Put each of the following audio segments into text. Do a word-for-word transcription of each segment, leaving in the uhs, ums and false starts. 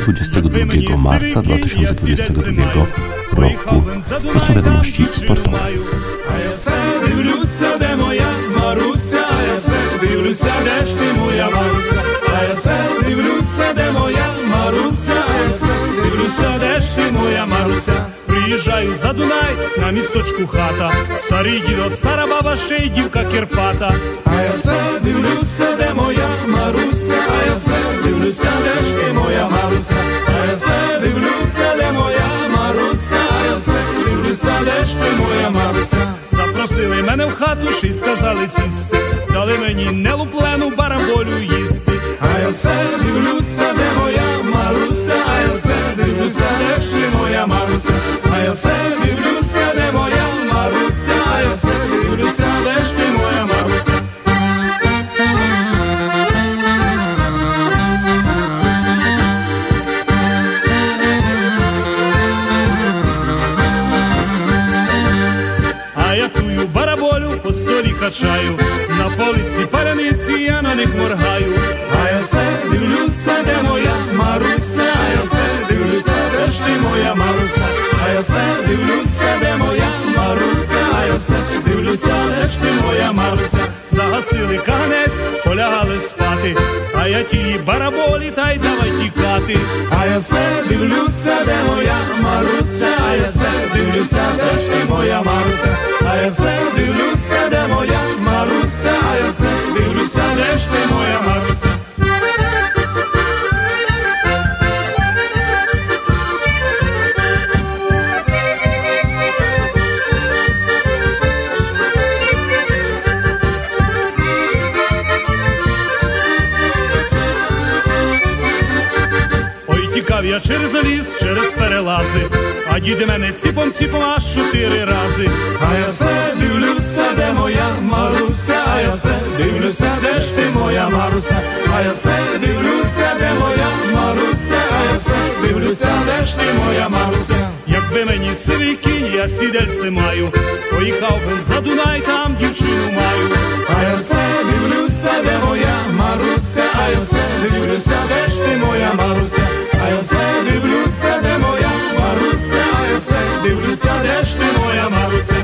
dwudziestego drugiego marca dwa tysiące dwudziestego drugiego roku. To są wiadomości sportowe. A ja se dивлюся, де моя Маруся, а я се дивлюся, де ж ти моя Маруся, а я се дивлюся, де моя Маруся, а я се дивлюся, де ж ти моя Маруся. Приїжджаю за Дунай, на місточку хата, старий дідо, стара баба, ще й дівка Кирпата. А я се дивлюся, де моя Маруся, а я се дивлюся, де ж ти моя Маруся, а я се дивлюся, де моя Маруся, а я се дивлюся, де ж ти моя Маруся. Запросили мене в хату, ще й сказали сісти, дали мені нелуплену бараболю їсти. А я се дивлюся, де моя Маруся, а я се дивлюся, де ж ти моя Маруся, а я се дивлюся, де моя Маруся, а я се дивлюся, де ж ти моя Маруся. Я тую бараболю по столі качаю, на полиці паляниці я на них моргаю. А я се дивлюся, де моя Маруся, а я се дивлюся, де ж ти моя Маруся, а я се дивлюся, де моя Маруся, а я се дивлюся, де ж ти моя Маруся. Загасили каганець, полягали спати, а я тії бараболі, та й давай тікати. А я се дивлюся, де моя Маруся, а я се дивлюся, де ж ти моя Маруся, а я се дивлюся, де моя Маруся, а я се дивлюся, де ж ти моя Маруся. Я через ліс, через перелази, а діди мене ціпом-ціпом аж чотири рази. А я се дивлюся, де моя Маруся, а я се дивлюся, де ж ти моя Маруся, а я се дивлюся, де моя Маруся, а я се дивлюся, де ж ти моя Маруся. Якби мені сивий кінь, я сідельце маю, поїхав би за Дунай, там дівчину маю. А я се дивлюся, де моя Маруся, а я се дивлюся, де ж ти моя Маруся, а я се дивлюся, де моя Маруся, а я се дивлюся, де ж ти моя Маруся.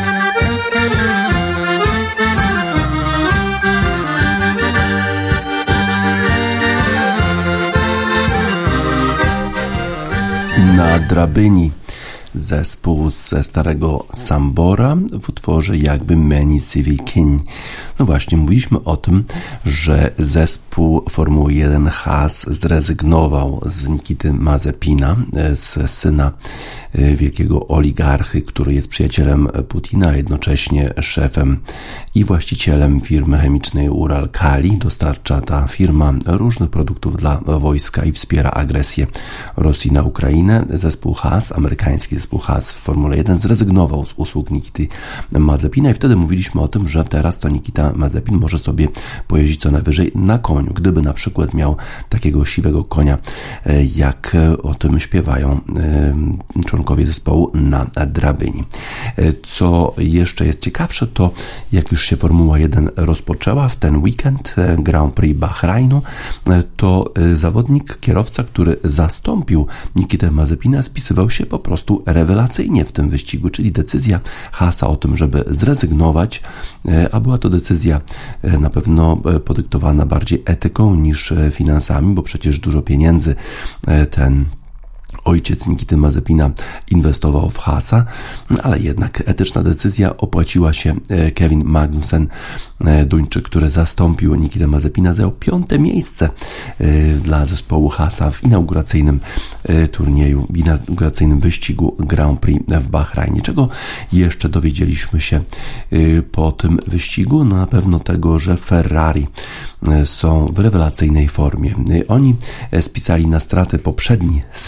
Na drabyni zespół ze starego Sambora w utworze Jakby meni siwi kiń. No właśnie, mówiliśmy o tym, że zespół Formuły jeden Haas zrezygnował z Nikity Mazepina, z syna wielkiego oligarchy, który jest przyjacielem Putina, a jednocześnie szefem i właścicielem firmy chemicznej Uralkali. Dostarcza ta firma różnych produktów dla wojska i wspiera agresję Rosji na Ukrainę. Zespół Haas, amerykański zespół Haas w Formule jeden zrezygnował z usług Nikity Mazepina i wtedy mówiliśmy o tym, że teraz to Nikita Mazepin może sobie pojeździć co najwyżej na koniu, gdyby na przykład miał takiego siwego konia, jak o tym śpiewają członkowie zespołu na drabyni. Co jeszcze jest ciekawsze, to jak już się Formuła jeden rozpoczęła w ten weekend Grand Prix Bahrajnu, to zawodnik, kierowca, który zastąpił Nikitę Mazepina, spisywał się po prostu rewelacyjnie w tym wyścigu, czyli decyzja Haasa o tym, żeby zrezygnować, a była to decyzja na pewno podyktowana bardziej etyką niż finansami, bo przecież dużo pieniędzy ten ojciec Nikity Mazepina inwestował w Haasa, ale jednak etyczna decyzja opłaciła się. Kevin Magnussen, Duńczyk, który zastąpił Nikitę Mazepina, zajął piąte miejsce dla zespołu Haasa w inauguracyjnym turnieju, w inauguracyjnym wyścigu Grand Prix w Bahrajnie. Czego jeszcze dowiedzieliśmy się po tym wyścigu? No na pewno tego, że Ferrari są w rewelacyjnej formie. Oni spisali na straty poprzedni sezon,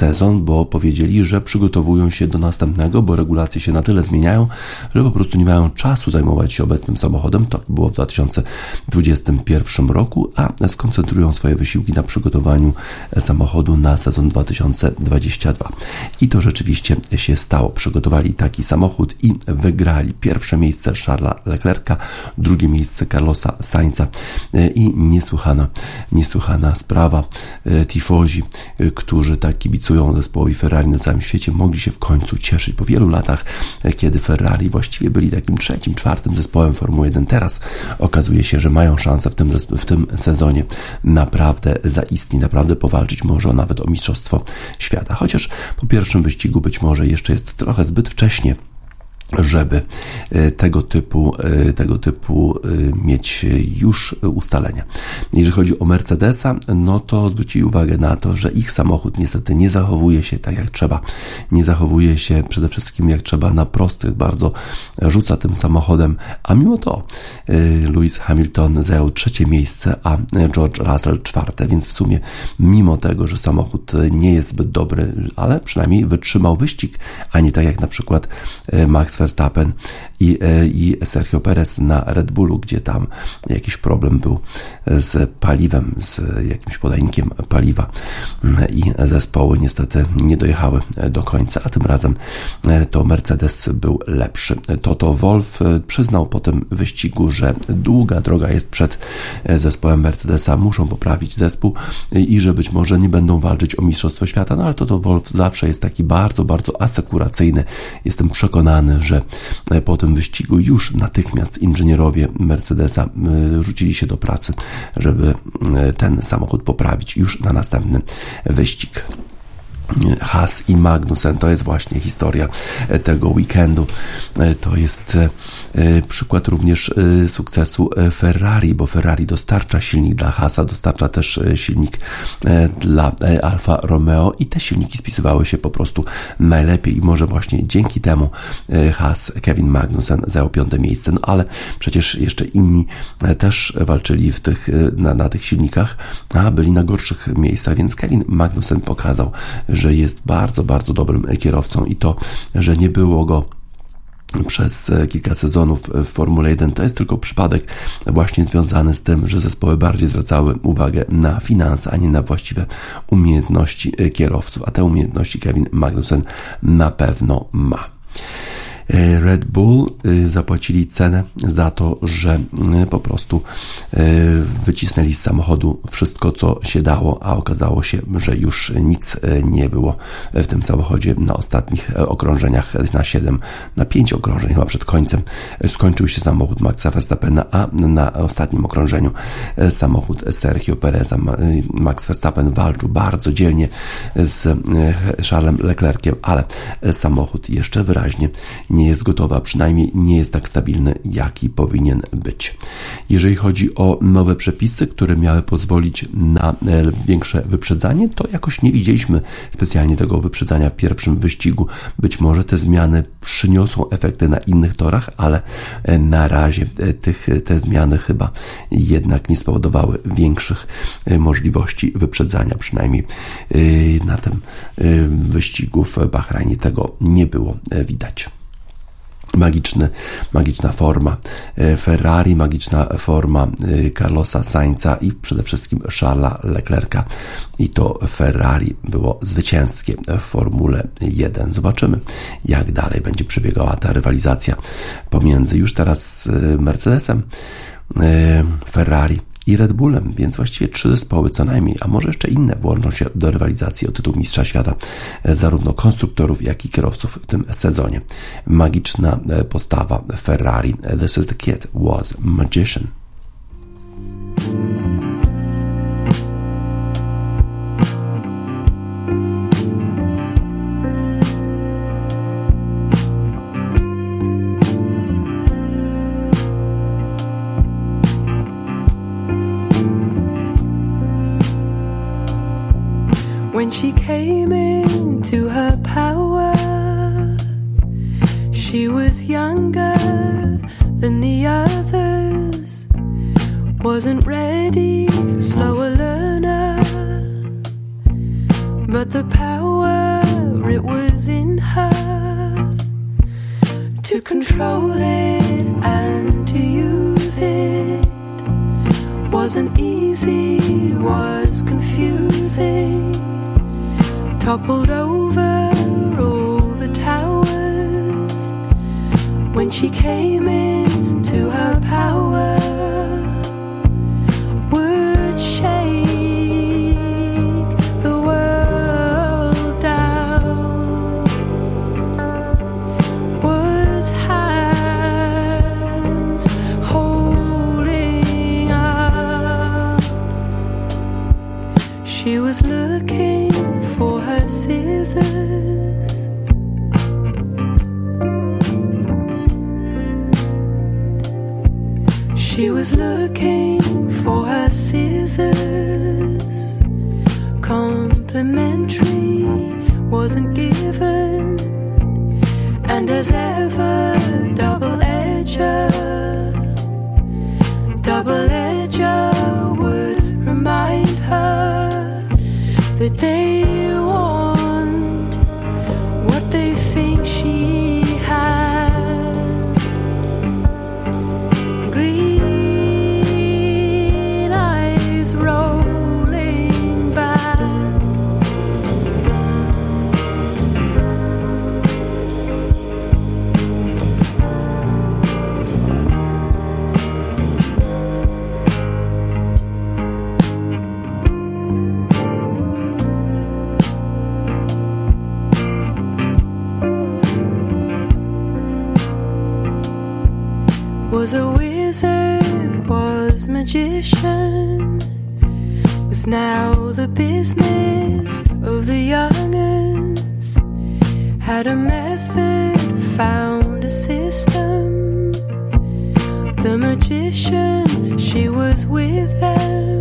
bo powiedzieli, że przygotowują się do następnego, bo regulacje się na tyle zmieniają, że po prostu nie mają czasu zajmować się obecnym samochodem. To było w dwa tysiące dwudziestym pierwszym roku, a skoncentrują swoje wysiłki na przygotowaniu samochodu na sezon dwa tysiące dwudziesty drugi. I to rzeczywiście się stało. Przygotowali taki samochód i wygrali pierwsze miejsce Charlesa Leclerca, drugie miejsce Carlosa Sainza i niesłychana, niesłychana sprawa. Tifosi, którzy tak kibicują zespołowi Ferrari na całym świecie, mogli się w końcu cieszyć po wielu latach, kiedy Ferrari właściwie byli takim trzecim, czwartym zespołem Formuły jeden. Teraz okazuje się, że mają szansę w tym, w tym sezonie naprawdę zaistnieć, naprawdę powalczyć może nawet o mistrzostwo świata. Chociaż po pierwszym wyścigu być może jeszcze jest trochę zbyt wcześnie, żeby tego typu, tego typu mieć już ustalenia. Jeżeli chodzi o Mercedesa, no to zwrócili uwagę na to, że ich samochód niestety nie zachowuje się tak jak trzeba. Nie zachowuje się przede wszystkim jak trzeba na prostych, bardzo rzuca tym samochodem, a mimo to Lewis Hamilton zajął trzecie miejsce, a George Russell czwarte, więc w sumie mimo tego, że samochód nie jest zbyt dobry, ale przynajmniej wytrzymał wyścig, a nie tak jak na przykład Max Verstappen i, i Sergio Perez na Red Bullu, gdzie tam jakiś problem był z paliwem, z jakimś podajnikiem paliwa i zespoły niestety nie dojechały do końca, a tym razem to Mercedes był lepszy. Toto Wolff przyznał po tym wyścigu, że długa droga jest przed zespołem Mercedesa, muszą poprawić zespół i że być może nie będą walczyć o mistrzostwo świata, no ale Toto Wolff zawsze jest taki bardzo, bardzo asekuracyjny. Jestem przekonany, że po tym wyścigu już natychmiast inżynierowie Mercedesa rzucili się do pracy, żeby ten samochód poprawić już na następny wyścig. Haas i Magnussen, to jest właśnie historia tego weekendu. To jest przykład również sukcesu Ferrari, bo Ferrari dostarcza silnik dla Haasa, dostarcza też silnik dla Alfa Romeo i te silniki spisywały się po prostu najlepiej i może właśnie dzięki temu Haas, Kevin Magnussen zajął piąte miejsce, no ale przecież jeszcze inni też walczyli w tych, na, na tych silnikach, a byli na gorszych miejscach, więc Kevin Magnussen pokazał, że jest bardzo, bardzo dobrym kierowcą i to, że nie było go przez kilka sezonów w Formule jeden, to jest tylko przypadek właśnie związany z tym, że zespoły bardziej zwracały uwagę na finanse, a nie na właściwe umiejętności kierowców, a te umiejętności Kevin Magnussen na pewno ma. Red Bull zapłacili cenę za to, że po prostu wycisnęli z samochodu wszystko, co się dało, a okazało się, że już nic nie było w tym samochodzie na ostatnich okrążeniach, na siedem, na pięć okrążeń chyba przed końcem skończył się samochód Maxa Verstappena, a na ostatnim okrążeniu samochód Sergio Pereza. Max Verstappen walczył bardzo dzielnie z Charlesem Leclerciem, ale samochód jeszcze wyraźnie nie jest gotowa, przynajmniej nie jest tak stabilny, jaki powinien być. Jeżeli chodzi o nowe przepisy, które miały pozwolić na większe wyprzedzanie, to jakoś nie widzieliśmy specjalnie tego wyprzedzania w pierwszym wyścigu. Być może te zmiany przyniosą efekty na innych torach, ale na razie tych, te zmiany chyba jednak nie spowodowały większych możliwości wyprzedzania, przynajmniej na tym wyścigu w Bahrajnie tego nie było widać. Magiczny, magiczna forma Ferrari, magiczna forma Carlosa Sainza i przede wszystkim Charlesa Leclerca. I to Ferrari było zwycięskie w Formule jeden. Zobaczymy, jak dalej będzie przebiegała ta rywalizacja pomiędzy już teraz Mercedesem, Ferrari i Red Bullem, więc właściwie trzy zespoły co najmniej, a może jeszcze inne włączą się do rywalizacji o tytuł mistrza świata, zarówno konstruktorów, jak i kierowców w tym sezonie. Magiczna postawa Ferrari. This is the kid was magician. When she came into her power, she was younger than the others, wasn't ready, slower learner, but the power it was in her to control it and to use it. Wasn't easy, was confusing. Toppled over all the towers when she came into her power. Would shake the world down. Was hands holding up. She was looking for her scissors. She was looking for her scissors. Complimentary wasn't given, and as ever, double-edger, double-edger would remind her that they want what they think she has. Green eyes rolling back. Was a wizard, was magician, was now the business of the young'uns. Had a method, found a system. The magician, she was with them.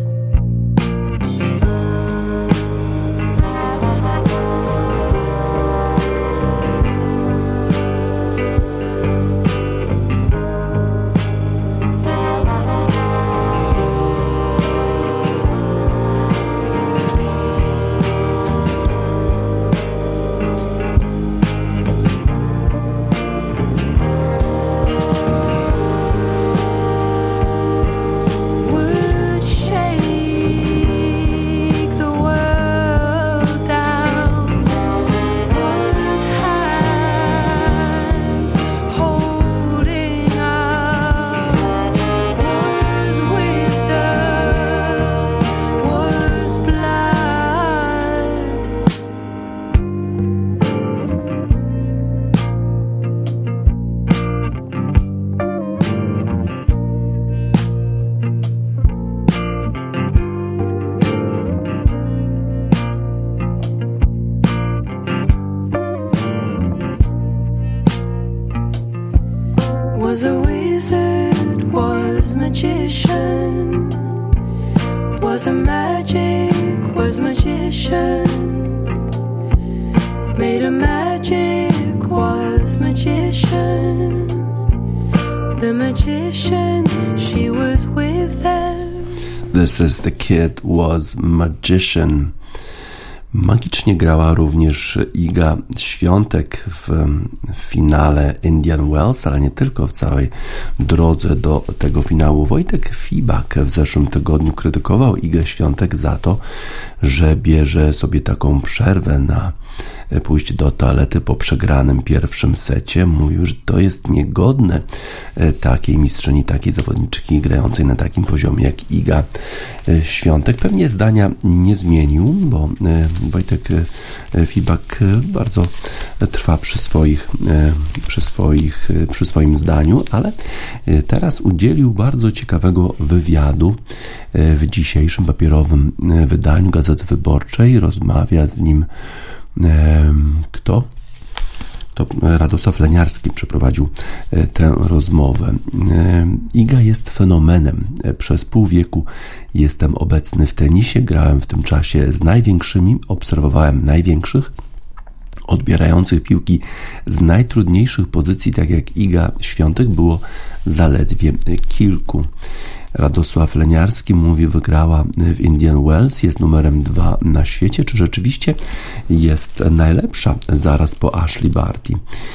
Was a wizard, was magician, was a magic, was magician, made a magic, was magician, the magician, she was with them. This is the kid was magician. Magicznie grała również Iga Świątek w finale Indian Wells, ale nie tylko, w całej drodze do tego finału. Wojtek Fibak w zeszłym tygodniu krytykował Igę Świątek za to, że bierze sobie taką przerwę na pójść do toalety po przegranym pierwszym secie. Mówił, że to jest niegodne takiej mistrzyni, takiej zawodniczki grającej na takim poziomie jak Iga Świątek. Pewnie zdania nie zmienił, bo Wojtek Fibak bardzo trwa przy swoich, przy swoich, przy swoim zdaniu, ale teraz udzielił bardzo ciekawego wywiadu w dzisiejszym papierowym wydaniu Gazety Wyborczej. Rozmawia z nim kto? To Radosław Leniarski przeprowadził tę rozmowę. Iga jest fenomenem. Przez pół wieku jestem obecny w tenisie, grałem w tym czasie z największymi, obserwowałem największych, odbierających piłki z najtrudniejszych pozycji, tak jak Iga Świątek, było zaledwie kilku. Radosław Leniarski mówi, wygrała w Indian Wells, jest numerem dwa na świecie. Czy rzeczywiście jest najlepsza zaraz po Ashley Barty?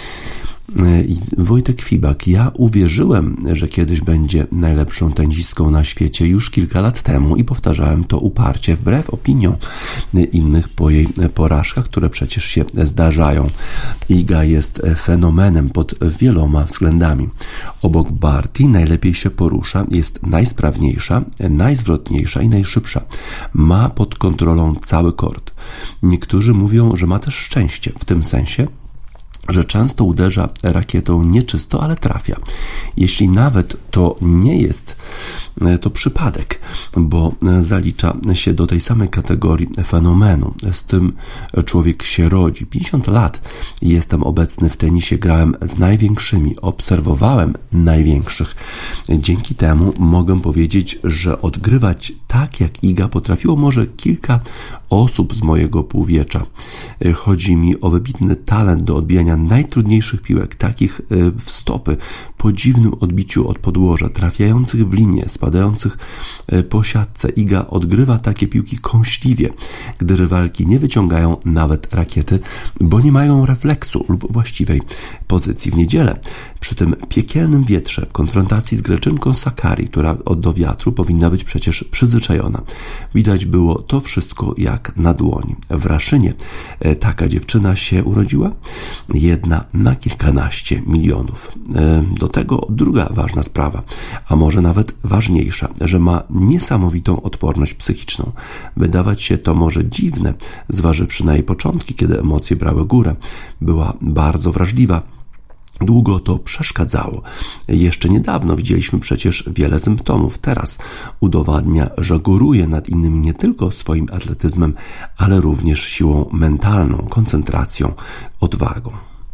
Wojtek Fibak, ja uwierzyłem, że kiedyś będzie najlepszą tenisistką na świecie już kilka lat temu i powtarzałem to uparcie, wbrew opiniom innych po jej porażkach, które przecież się zdarzają. Iga jest fenomenem pod wieloma względami. Obok Barty najlepiej się porusza, jest najsprawniejsza, najzwrotniejsza i najszybsza. Ma pod kontrolą cały kort. Niektórzy mówią, że ma też szczęście, w tym sensie, że często uderza rakietą nieczysto, ale trafia. Jeśli nawet to nie jest to przypadek, bo zalicza się do tej samej kategorii fenomenu. Z tym człowiek się rodzi. pięćdziesiąt lat jestem obecny w tenisie, grałem z największymi, obserwowałem największych. Dzięki temu mogę powiedzieć, że odgrywać tak jak Iga potrafiło może kilka osób z mojego półwiecza. Chodzi mi o wybitny talent do odbijania najtrudniejszych piłek, takich w stopy, po dziwnym odbiciu od podłoża, trafiających w linię, spadających po siatce. Iga odgrywa takie piłki kąśliwie, gdy rywalki nie wyciągają nawet rakiety, bo nie mają refleksu lub właściwej pozycji. W niedzielę, przy tym piekielnym wietrze, w konfrontacji z Greczynką Sakkari, która do wiatru powinna być przecież przyzwyczajona, widać było to wszystko jak na dłoni. W Raszynie taka dziewczyna się urodziła, jedna na kilkanaście milionów. Do tego druga ważna sprawa, a może nawet ważniejsza, że ma niesamowitą odporność psychiczną. Wydawać się to może dziwne, zważywszy na jej początki, kiedy emocje brały górę. Była bardzo wrażliwa. Długo to przeszkadzało. Jeszcze niedawno widzieliśmy przecież wiele symptomów. Teraz udowadnia, że góruje nad innymi nie tylko swoim atletyzmem, ale również siłą mentalną, koncentracją, odwagą.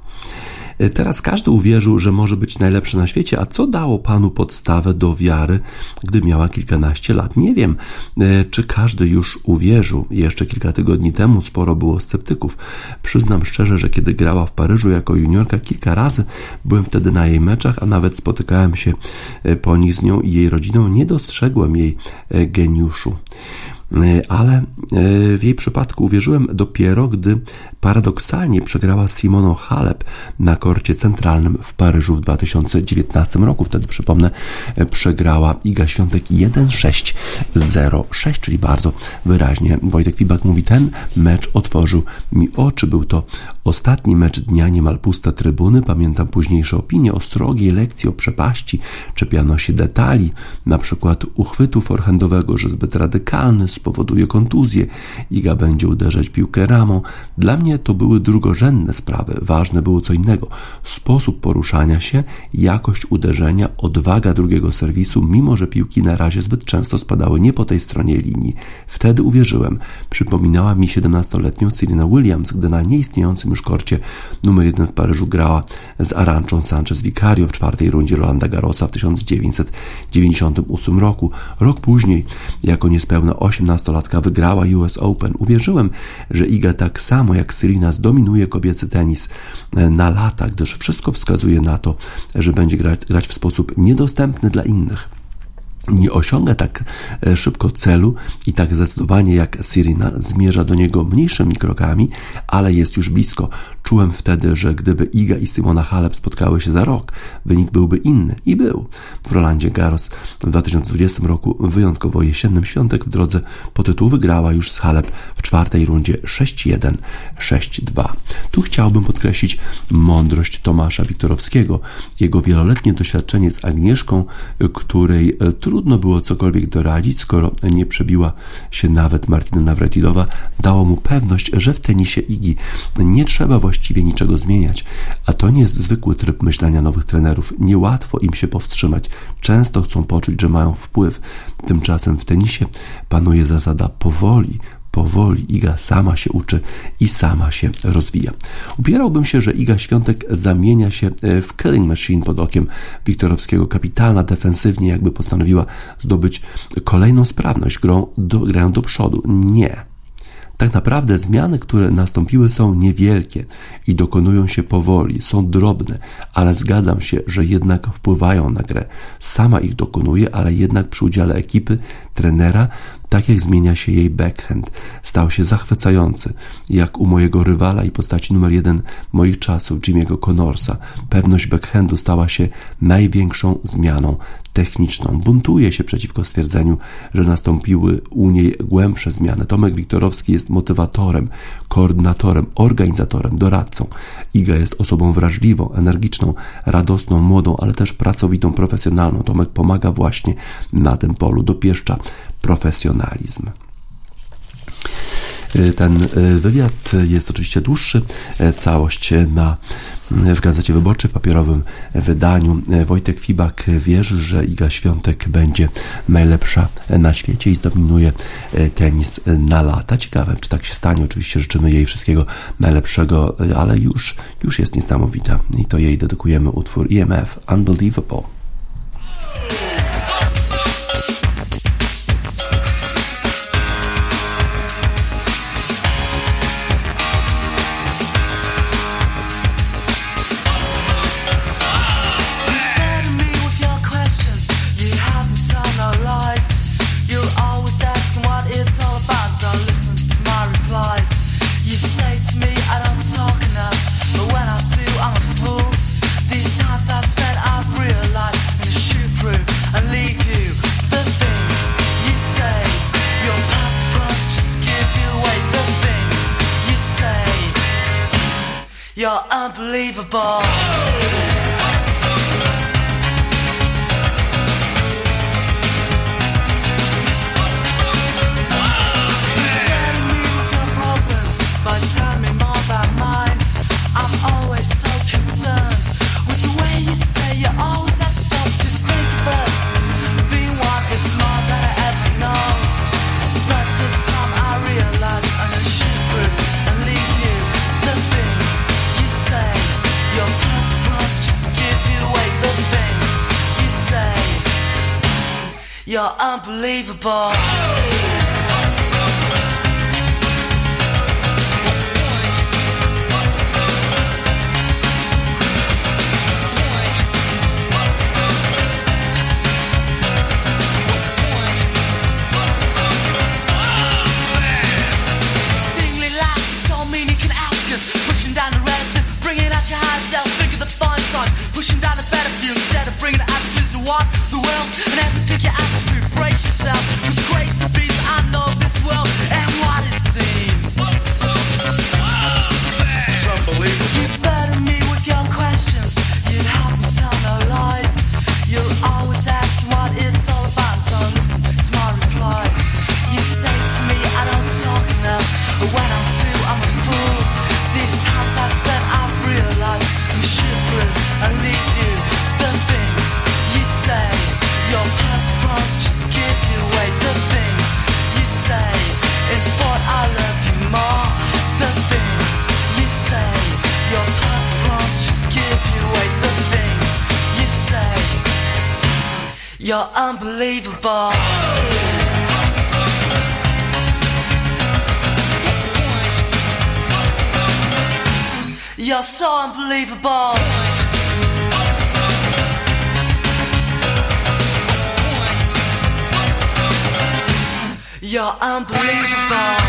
Teraz każdy uwierzył, że może być najlepszy na świecie, a co dało panu podstawę do wiary, gdy miała kilkanaście lat? Nie wiem, czy każdy już uwierzył. Jeszcze kilka tygodni temu sporo było sceptyków. Przyznam szczerze, że kiedy grała w Paryżu jako juniorka, kilka razy byłem wtedy na jej meczach, a nawet spotykałem się po nich z nią i jej rodziną. Nie dostrzegłem jej geniuszu. Ale w jej przypadku uwierzyłem dopiero, gdy paradoksalnie przegrała z Simoną Halep na korcie centralnym w Paryżu w dwa tysiące dziewiętnastym roku. Wtedy, przypomnę, przegrała Iga Świątek jeden sześć zero sześć, czyli bardzo wyraźnie. Wojtek Fibak mówi, ten mecz otworzył mi oczy. Był to ostatni mecz dnia, niemal puste trybuny. Pamiętam późniejsze opinie o srogiej lekcji, o przepaści. Czepiano się detali, na przykład uchwytu forehandowego, że zbyt radykalny, spowoduje kontuzję. Iga będzie uderzać piłkę ramą. Dla mnie to były drugorzędne sprawy. Ważne było co innego. Sposób poruszania się, jakość uderzenia, odwaga drugiego serwisu, mimo że piłki na razie zbyt często spadały nie po tej stronie linii. Wtedy uwierzyłem. Przypominała mi siedemnastoletnią Serena Williams, gdy na nieistniejącym już korcie numer jeden w Paryżu grała z Arantxą Sánchez Vicario w czwartej rundzie Rolanda Garrosa w tysiąc dziewięćset dziewięćdziesiątym ósmym roku. Rok później, jako niespełna osiemnastolatka, wygrała U S Open. Uwierzyłem, że Iga tak samo jak Serena zdominuje kobiecy tenis na lata, gdyż wszystko wskazuje na to, że będzie grać, grać w sposób niedostępny dla innych. Nie osiąga tak szybko celu i tak zdecydowanie jak Serena, zmierza do niego mniejszymi krokami, ale jest już blisko. Czułem wtedy, że gdyby Iga i Simona Halep spotkały się za rok, wynik byłby inny. I był. W Rolandzie Garros w dwa tysiące dwudziestym roku, wyjątkowo jesiennym Świątek w drodze po tytuł wygrała już z Halep w czwartej rundzie sześć jeden sześć dwa. Tu chciałbym podkreślić mądrość Tomasza Wiktorowskiego, jego wieloletnie doświadczenie z Agnieszką, której trudno było cokolwiek doradzić, skoro nie przebiła się nawet Martina Navratilova, dało mu pewność, że w tenisie Igi nie trzeba właściwie niczego zmieniać, a to nie jest zwykły tryb myślenia nowych trenerów. Niełatwo im się powstrzymać. Często chcą poczuć, że mają wpływ. Tymczasem w tenisie panuje zasada powoli, powoli. Iga sama się uczy i sama się rozwija. Upierałbym się, że Iga Świątek zamienia się w killing machine pod okiem Wiktorowskiego. Kapitalna defensywnie, jakby postanowiła zdobyć kolejną sprawność, grą do, grają do przodu. Nie. Tak naprawdę zmiany, które nastąpiły, są niewielkie i dokonują się powoli, są drobne, ale zgadzam się, że jednak wpływają na grę. Sama ich dokonuję, ale jednak przy udziale ekipy, trenera, tak jak zmienia się jej backhand, stał się zachwycający, jak u mojego rywala i postaci numer jeden moich czasów, Jimmy'ego Connorsa. Pewność backhandu stała się największą zmianą techniczną. Buntuję się przeciwko stwierdzeniu, że nastąpiły u niej głębsze zmiany. Tomek Wiktorowski jest motywatorem, koordynatorem, organizatorem, doradcą. Iga jest osobą wrażliwą, energiczną, radosną, młodą, ale też pracowitą, profesjonalną. Tomek pomaga właśnie na tym polu, dopieszcza profesjonalizm. Ten wywiad jest oczywiście dłuższy. Całość na, w Gazecie Wyborczej, w papierowym wydaniu. Wojtek Fibak wierzy, że Iga Świątek będzie najlepsza na świecie i zdominuje tenis na lata. Ciekawe, czy tak się stanie. Oczywiście życzymy jej wszystkiego najlepszego, ale już, już jest niesamowita. I to jej dedykujemy utwór E M F Unbelievable. You're unbelievable. You're unbelievable. Singly laughs don't mean you can ask us. Pushing down the relative, bringing out your high self. Think of the fine sign, pushing down the better view instead of bringing the attitudes to what the world and everything you ask to brace yourself. With grace to be, I know this world and what it seems. It's unbelievable. You burden me with your questions. You help me tell no lies. You'll always ask what it's all about. Don't listen to my replies. You say to me I don't talk enough, but when I do I'm a fool. These times I've spent I've realized I'm shivering and leave you. The things you say, your purpose just give you away. The things you say is what I love you more. The things you say, your purpose just give you away. The things you say, you're unbelievable. You're so unbelievable. You're unbelievable.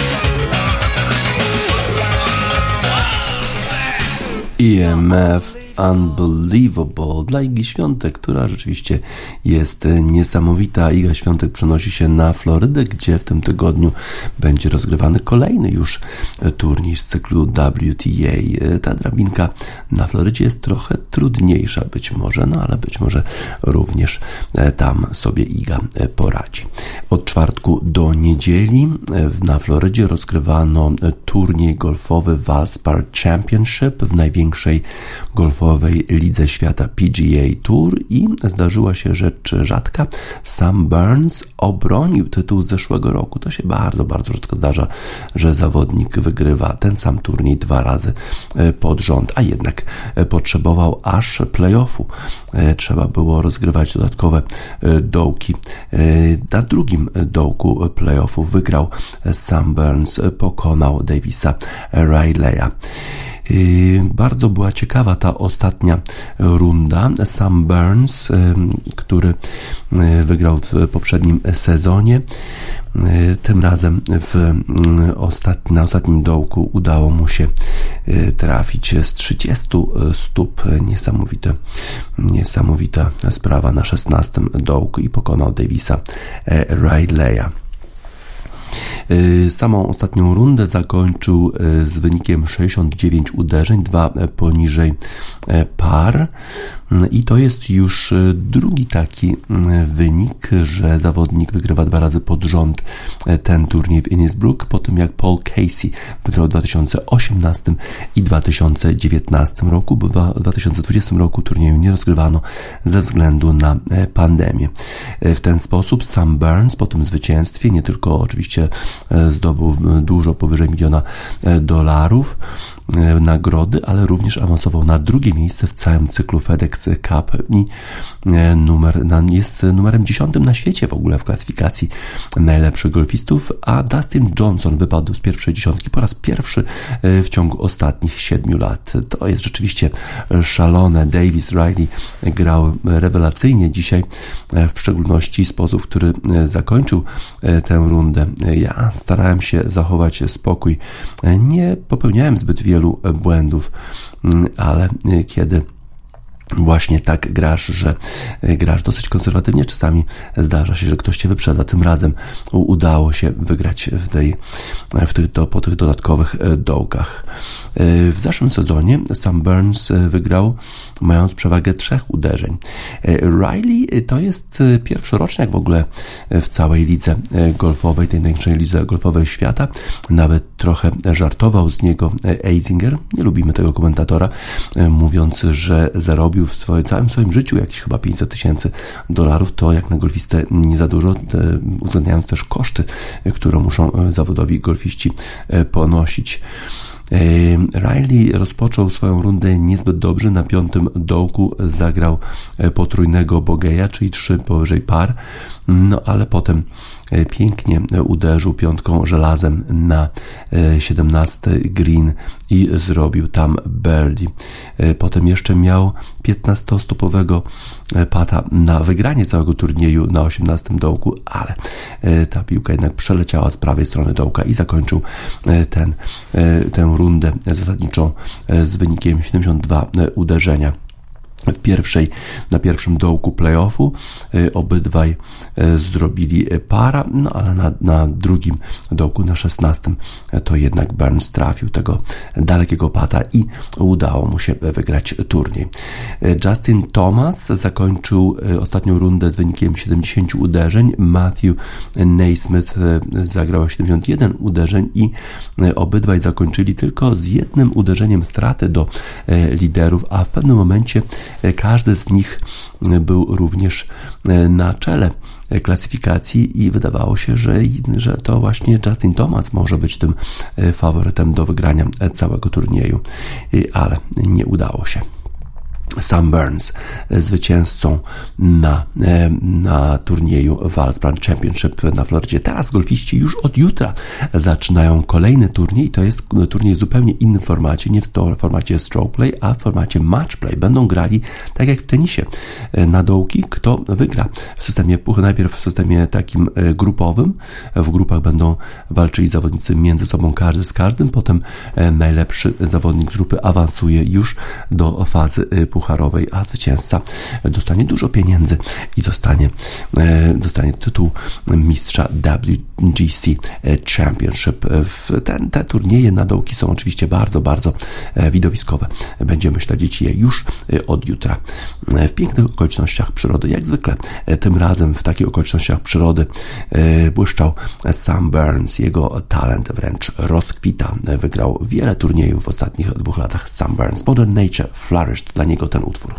E M F Unbelievable dla Igi Świątek, która rzeczywiście jest niesamowita. Iga Świątek przenosi się na Florydę, gdzie w tym tygodniu będzie rozgrywany kolejny już turniej z cyklu W T A. Ta drabinka na Florydzie jest trochę trudniejsza być może, no ale być może również tam sobie Iga poradzi. Od czwartku do niedzieli na Florydzie rozgrywano turniej golfowy Valspar Championship w największej golfowej lidze świata P G A Tour i zdarzyła się rzecz rzadka. Sam Burns obronił tytuł z zeszłego roku. To się bardzo, bardzo rzadko zdarza, że zawodnik wygrywa ten sam turniej dwa razy pod rząd, a jednak potrzebował aż play-offu. Trzeba było rozgrywać dodatkowe dołki. Na drugim dołku play-offu wygrał Sam Burns, pokonał Davisa Riley'a. Bardzo była ciekawa ta ostatnia runda. Sam Burns, który wygrał w poprzednim sezonie, tym razem w ostat... na ostatnim dołku udało mu się trafić z trzydziestu stóp. Niesamowite, niesamowita sprawa na szesnastym dołku i pokonał Davisa Riley'a. Samą ostatnią rundę zakończył z wynikiem sześćdziesiąt dziewięć uderzeń, dwa poniżej par. I to jest już drugi taki wynik, że zawodnik wygrywa dwa razy pod rząd ten turniej w Innisbrook, po tym jak Paul Casey wygrał w dwa tysiące osiemnastym i dwa tysiące dziewiętnastym roku, bo w dwa tysiące dwudziestym roku turnieju nie rozgrywano ze względu na pandemię. W ten sposób Sam Burns po tym zwycięstwie nie tylko oczywiście zdobył dużo powyżej miliona dolarów nagrody, ale również awansował na drugie miejsce w całym cyklu FedEx Cup i numer, jest numerem dziesiątym na świecie w ogóle w klasyfikacji najlepszych golfistów, a Dustin Johnson wypadł z pierwszej dziesiątki po raz pierwszy w ciągu ostatnich siedmiu lat. To jest rzeczywiście szalone. Davis Riley grał rewelacyjnie dzisiaj, w szczególności sposób, w który zakończył tę rundę. Ja starałem się zachować spokój. Nie popełniałem zbyt wielu błędów, ale kiedy właśnie tak grasz, że grasz dosyć konserwatywnie, czasami zdarza się, że ktoś cię wyprzedza. Tym razem udało się wygrać w tej, w tych, do, po tych dodatkowych dołkach. W zeszłym sezonie Sam Burns wygrał mając przewagę trzech uderzeń. Riley to jest pierwszoroczniak w ogóle w całej lidze golfowej, tej największej lidze golfowej świata. Nawet trochę żartował z niego Eisinger. Nie lubimy tego komentatora, mówiąc, że zarobił w swoim, całym swoim życiu jakieś chyba pięćset tysięcy dolarów, to jak na golfistę nie za dużo, uwzględniając też koszty, które muszą zawodowi golfiści ponosić. Riley rozpoczął swoją rundę niezbyt dobrze. Na piątym dołku zagrał potrójnego bogeja, czyli trzy powyżej par, no ale potem pięknie uderzył piątką żelazem na siedemnasty green i zrobił tam birdie. Potem jeszcze miał piętnastostopowego pata na wygranie całego turnieju na osiemnastym dołku, ale ta piłka jednak przeleciała z prawej strony dołka i zakończył ten, tę rundę zasadniczą z wynikiem siedemdziesiąt dwa uderzenia. W pierwszej, na pierwszym dołku play-offu y, obydwaj y, zrobili para, no ale na, na drugim dołku, na szesnastym, y, to jednak Burns trafił tego dalekiego pata i udało mu się wygrać turniej. Y, Justin Thomas zakończył y, ostatnią rundę z wynikiem siedemdziesiąt uderzeń, Matthew Naismith y, zagrał siedemdziesiąt jeden uderzeń i y, obydwaj zakończyli tylko z jednym uderzeniem straty do y, liderów, a w pewnym momencie każdy z nich był również na czele klasyfikacji i wydawało się, że, że to właśnie Justin Thomas może być tym faworytem do wygrania całego turnieju, ale nie udało się. Sam Burns, zwycięzcą na, na turnieju Valspar Championship na Florydzie. Teraz golfiści już od jutra zaczynają kolejny turniej. To jest turniej w zupełnie innym formacie, nie w formacie stroke play, a w formacie match play. Będą grali tak jak w tenisie na dołki. Kto wygra w systemie puchy? Najpierw w systemie takim grupowym. W grupach będą walczyli zawodnicy między sobą, każdy z każdym. Potem najlepszy zawodnik z grupy awansuje już do fazy pucharowej. Pucharowej, a zwycięzca dostanie dużo pieniędzy i dostanie, dostanie tytuł mistrza W G C Championship. Ten, te turnieje na dołki są oczywiście bardzo, bardzo widowiskowe. Będziemy śledzić je już od jutra w pięknych okolicznościach przyrody. Jak zwykle tym razem w takich okolicznościach przyrody błyszczał Sam Burns. Jego talent wręcz rozkwita. Wygrał wiele turniejów w ostatnich dwóch latach. Sam Burns. Modern Nature Flourished. Dla niego ten utwór.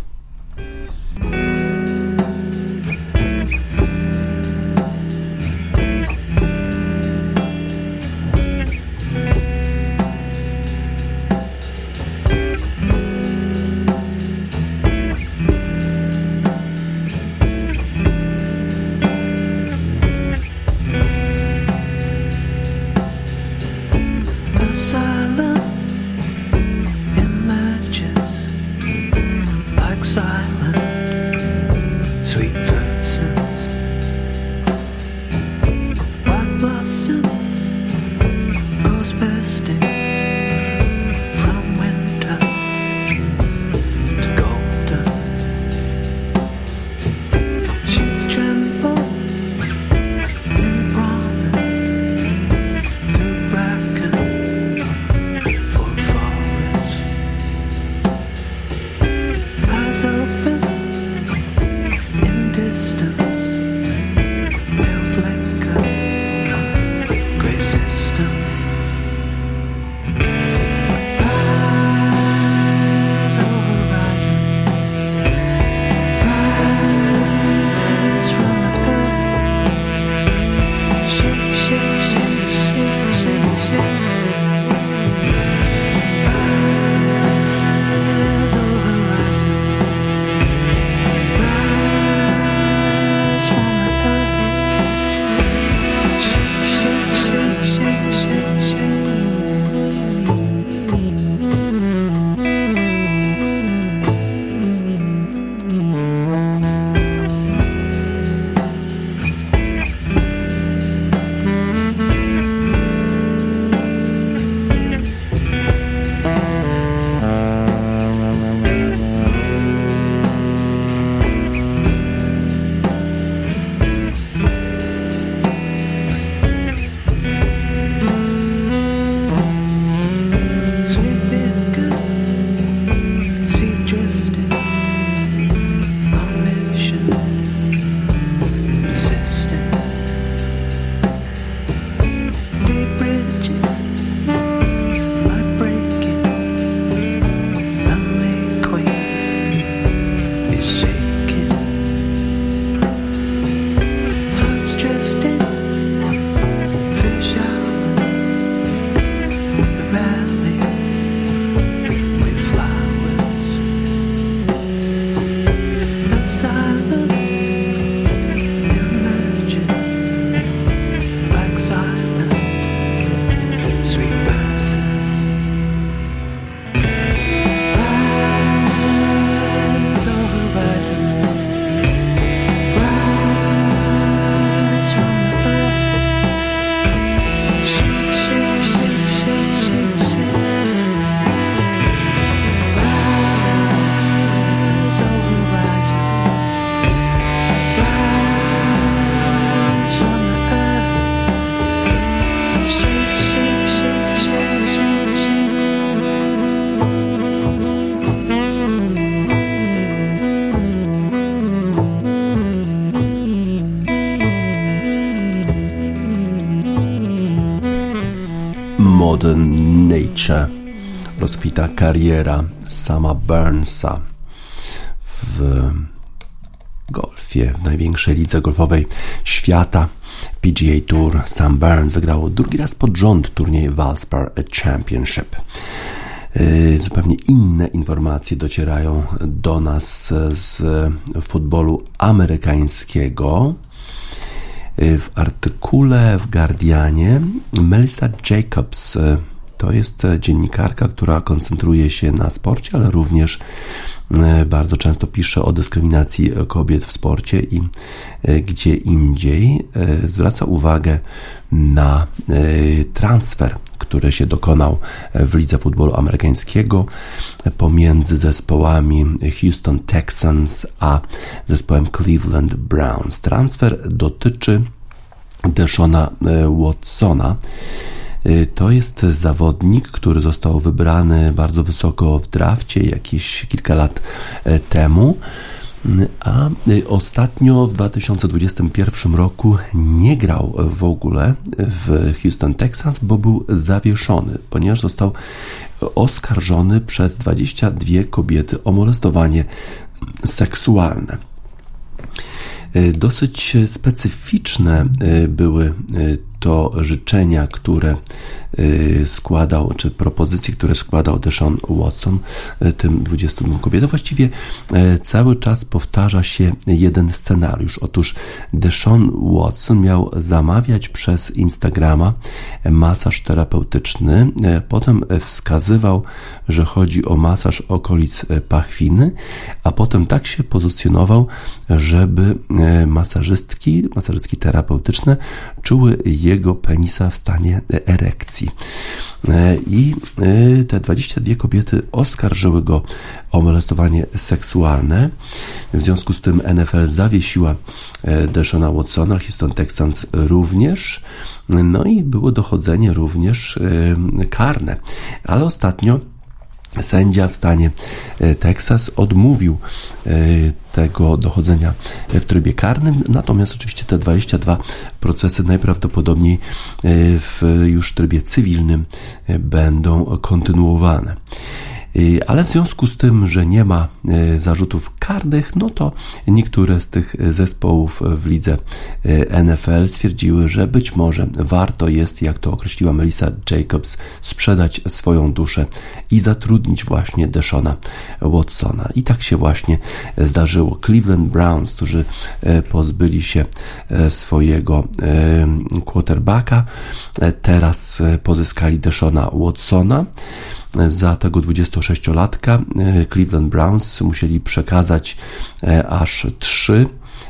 Modern Nature rozkwita kariera Sama Burnsa w golfie, w największej lidze golfowej świata, P G A Tour. Sam Burns wygrał drugi raz pod rząd turniej Valspar Championship. Zupełnie inne informacje docierają do nas z futbolu amerykańskiego. W artykule w Guardianie Melissa Jacobs, to jest dziennikarka, która koncentruje się na sporcie, ale również bardzo często pisze o dyskryminacji kobiet w sporcie i gdzie indziej. Zwraca uwagę na transfer, który się dokonał w lidze futbolu amerykańskiego pomiędzy zespołami Houston Texans a zespołem Cleveland Browns. Transfer dotyczy Deshona Watsona. To jest zawodnik, który został wybrany bardzo wysoko w drafcie jakieś kilka lat temu, a ostatnio w dwa tysiące dwudziestym pierwszym roku nie grał w ogóle w Houston Texans, bo był zawieszony, ponieważ został oskarżony przez dwadzieścia dwie kobiety o molestowanie seksualne. Dosyć specyficzne były to życzenia, które składał, czy propozycje, które składał Deshaun Watson tym dwudziestu dwóm kobietom. Właściwie cały czas powtarza się jeden scenariusz. Otóż Deshaun Watson miał zamawiać przez Instagrama masaż terapeutyczny, potem wskazywał, że chodzi o masaż okolic pachwiny, a potem tak się pozycjonował, żeby masażystki, masażystki terapeutyczne czuły jego penisa w stanie erekcji. I te dwadzieścia dwie kobiety oskarżyły go o molestowanie seksualne. W związku z tym N F L zawiesiła Deshona Watsona, Houston Texans również. No i było dochodzenie również karne. Ale ostatnio sędzia w stanie Teksas odmówił tego dochodzenia w trybie karnym, natomiast oczywiście te dwadzieścia dwa procesy najprawdopodobniej w już trybie cywilnym będą kontynuowane. Ale w związku z tym, że nie ma zarzutów karnych, no to niektóre z tych zespołów w lidze N F L stwierdziły, że być może warto jest, jak to określiła Melissa Jacobs, sprzedać swoją duszę i zatrudnić właśnie Deshona Watsona. I tak się właśnie zdarzyło. Cleveland Browns, którzy pozbyli się swojego quarterbacka, teraz pozyskali Deshona Watsona. Za tego dwudziestosześciolatka Cleveland Browns musieli przekazać aż trzy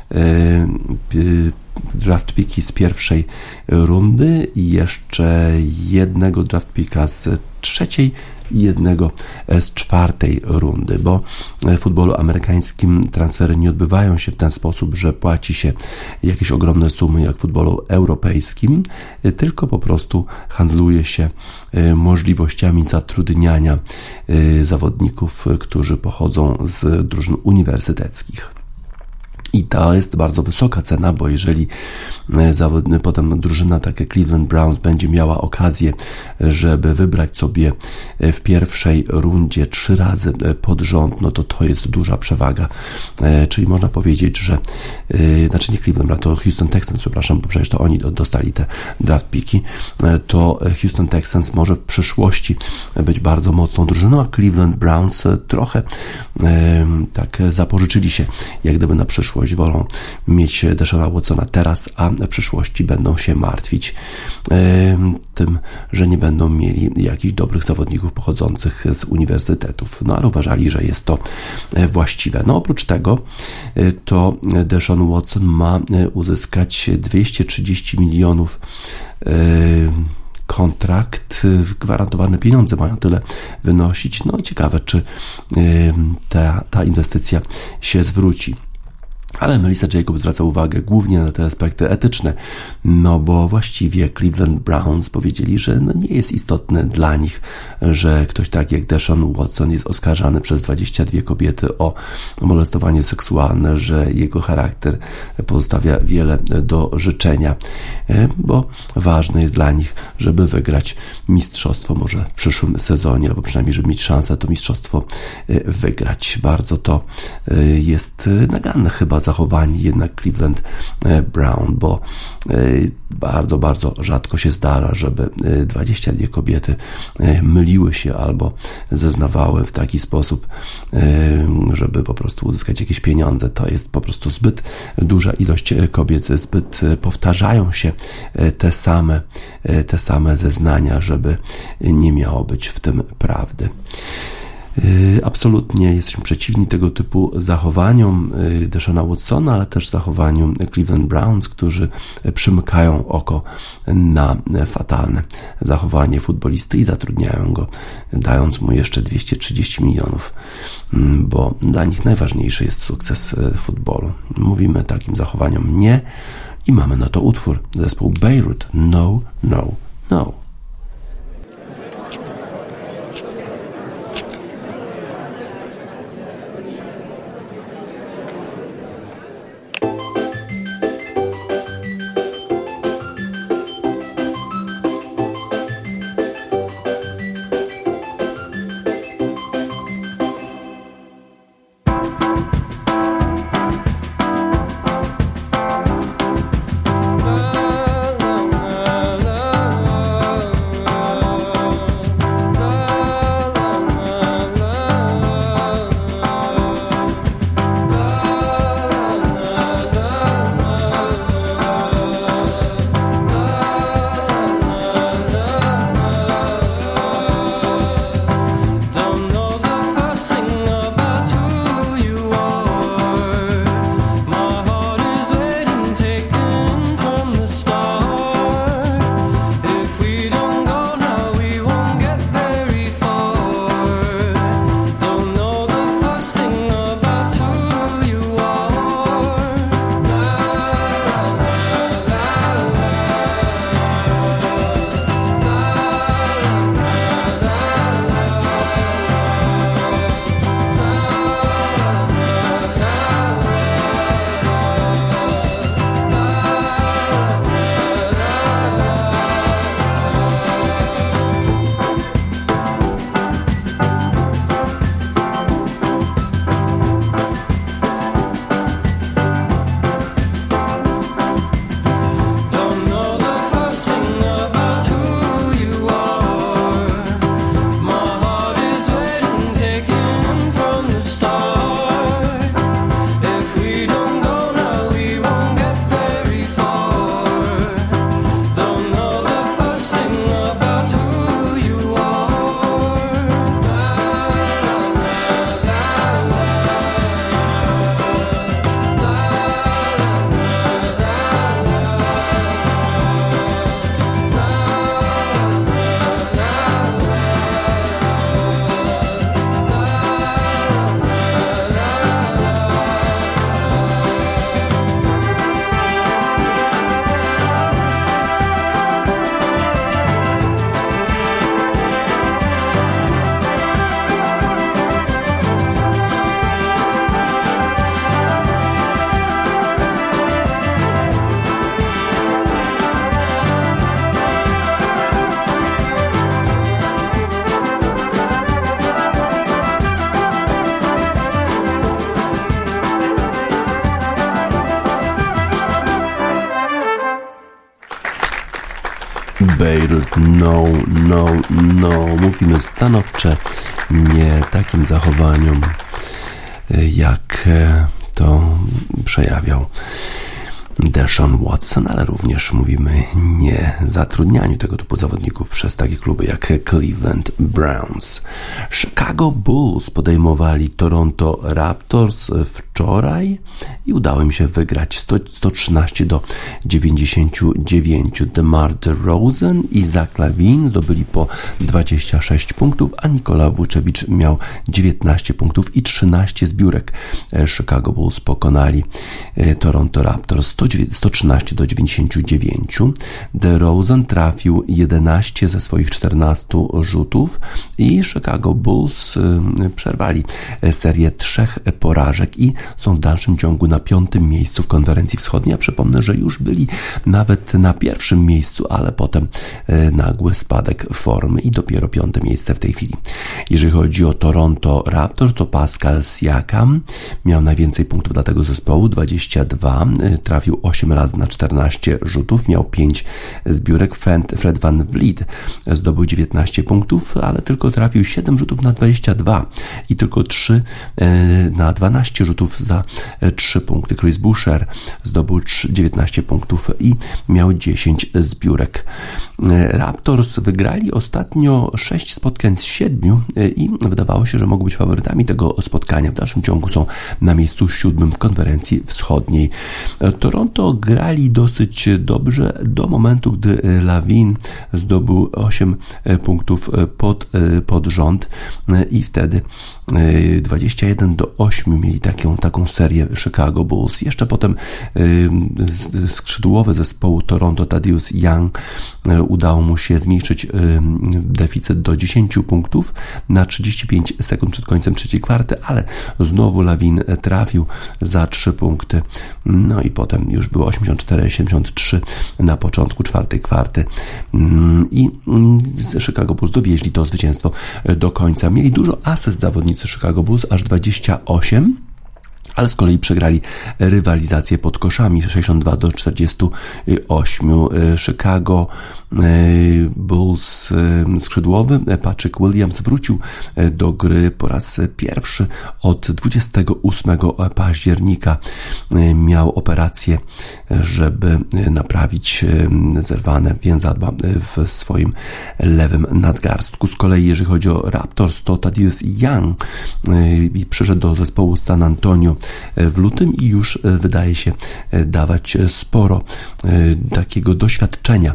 draft picki z pierwszej rundy i jeszcze jednego draft picka z trzeciej i jednego z czwartej rundy, bo w futbolu amerykańskim transfery nie odbywają się w ten sposób, że płaci się jakieś ogromne sumy jak w futbolu europejskim, tylko po prostu handluje się możliwościami zatrudniania zawodników, którzy pochodzą z drużyn uniwersyteckich. I to jest bardzo wysoka cena, bo jeżeli zawodny, potem drużyna tak jak Cleveland Browns będzie miała okazję, żeby wybrać sobie w pierwszej rundzie trzy razy pod rząd, no to to jest duża przewaga. Czyli można powiedzieć, że znaczy nie Cleveland Browns, to Houston Texans, przepraszam, bo przecież to oni dostali te draft picki, to Houston Texans może w przyszłości być bardzo mocną drużyną, a Cleveland Browns trochę tak zapożyczyli się jak gdyby na przyszłość. Wolą mieć Deshona Watsona teraz, a w przyszłości będą się martwić e, tym, że nie będą mieli jakichś dobrych zawodników pochodzących z uniwersytetów. No ale uważali, że jest to właściwe. No oprócz tego e, to Deshaun Watson ma uzyskać dwieście trzydzieści milionów e, kontrakt, gwarantowane pieniądze mają tyle wynosić. No ciekawe, czy e, ta, ta inwestycja się zwróci. Ale Melissa Jacobs zwraca uwagę głównie na te aspekty etyczne, no bo właściwie Cleveland Browns powiedzieli, że no nie jest istotne dla nich, że ktoś tak jak Deshaun Watson jest oskarżany przez dwadzieścia dwie kobiety o molestowanie seksualne, że jego charakter pozostawia wiele do życzenia, bo ważne jest dla nich, żeby wygrać mistrzostwo może w przyszłym sezonie, albo przynajmniej, żeby mieć szansę to mistrzostwo wygrać. Bardzo to jest naganne chyba zachowanie jednak Cleveland Brown, bo bardzo, bardzo rzadko się zdarza, żeby dwadzieścia dwie kobiety myliły się albo zeznawały w taki sposób, żeby po prostu uzyskać jakieś pieniądze. To jest po prostu zbyt duża ilość kobiet, zbyt powtarzają się te same, te same zeznania, żeby nie miało być w tym prawdy. Absolutnie jesteśmy przeciwni tego typu zachowaniom Deshana Watsona, ale też zachowaniom Cleveland Browns, którzy przymykają oko na fatalne zachowanie futbolisty i zatrudniają go, dając mu jeszcze dwieście trzydzieści milionów, bo dla nich najważniejszy jest sukces futbolu. Mówimy takim zachowaniom nie i mamy na to utwór. Zespół Beirut, No, No, No. Beirut, no, no, no. Mówimy stanowcze nie takim zachowaniom, jak to przejawiał Deshaun Watson, ale również mówimy nie zatrudnianiu tego typu zawodników przez takie kluby jak Cleveland Browns. Chicago Bulls podejmowali Toronto Raptors wczoraj i udało im się wygrać sto trzynaście do dziewięćdziesięciu dziewięciu. DeMar DeRozan i Zach LaVine zdobyli po dwadzieścia sześć punktów, a Nikola Vucevic miał dziewiętnaście punktów i trzynaście zbiórek. Chicago Bulls pokonali Toronto Raptors sto trzynaście do dziewięćdziesięciu dziewięciu. DeRozan trafił jedenaście ze swoich czternastu rzutów i Chicago Bulls przerwali serię trzech porażek i są w dalszym ciągu na piątym miejscu w konferencji wschodniej. Ja przypomnę, że już byli nawet na pierwszym miejscu, ale potem nagły spadek formy i dopiero piąte miejsce w tej chwili. Jeżeli chodzi o Toronto Raptors, to Pascal Siakam miał najwięcej punktów dla tego zespołu, dwadzieścia dwa, trafił osiem razy na czternaście rzutów, miał pięć zbiórek. Fred VanVleet zdobył dziewiętnaście punktów, ale tylko trafił siedem rzutów na dwadzieścia dwa i tylko trzy na dwanaście rzutów za trzy punkty. Chris Boucher zdobył dziewiętnaście punktów i miał dziesięć zbiórek. Raptors wygrali ostatnio sześć spotkań z siedmiu i wydawało się, że mogą być faworytami tego spotkania. W dalszym ciągu są na miejscu siódmym w konferencji wschodniej. Toronto grali dosyć dobrze do momentu, gdy Lavin zdobył osiem punktów pod, pod rząd i wtedy dwadzieścia jeden do ośmiu mieli taką, taką serię Chicago Bulls. Jeszcze potem skrzydłowy zespołu Toronto Thaddeus Young udało mu się zmniejszyć deficyt do dziesięciu punktów na trzydzieści pięć sekund przed końcem trzeciej kwarty, ale znowu Lavin trafił za trzy punkty. No i potem już było osiemdziesiąt cztery siedemdziesiąt trzy na początku czwartej kwarty i Chicago Bulls dowieźli to zwycięstwo do końca. Mieli dużo asyst zawodnicy Chicago Bulls, aż dwadzieścia osiem, ale z kolei przegrali rywalizację pod koszami sześćdziesiąt dwa do czterdziestu ośmiu. Chicago Bulls skrzydłowy Patrick Williams wrócił do gry po raz pierwszy od dwudziestego ósmego października. Miał operację, żeby naprawić zerwane więzadła w swoim lewym nadgarstku. Z kolei jeżeli chodzi o Raptors, to Thaddeus Young przyszedł do zespołu San Antonio w lutym i już wydaje się dawać sporo takiego doświadczenia,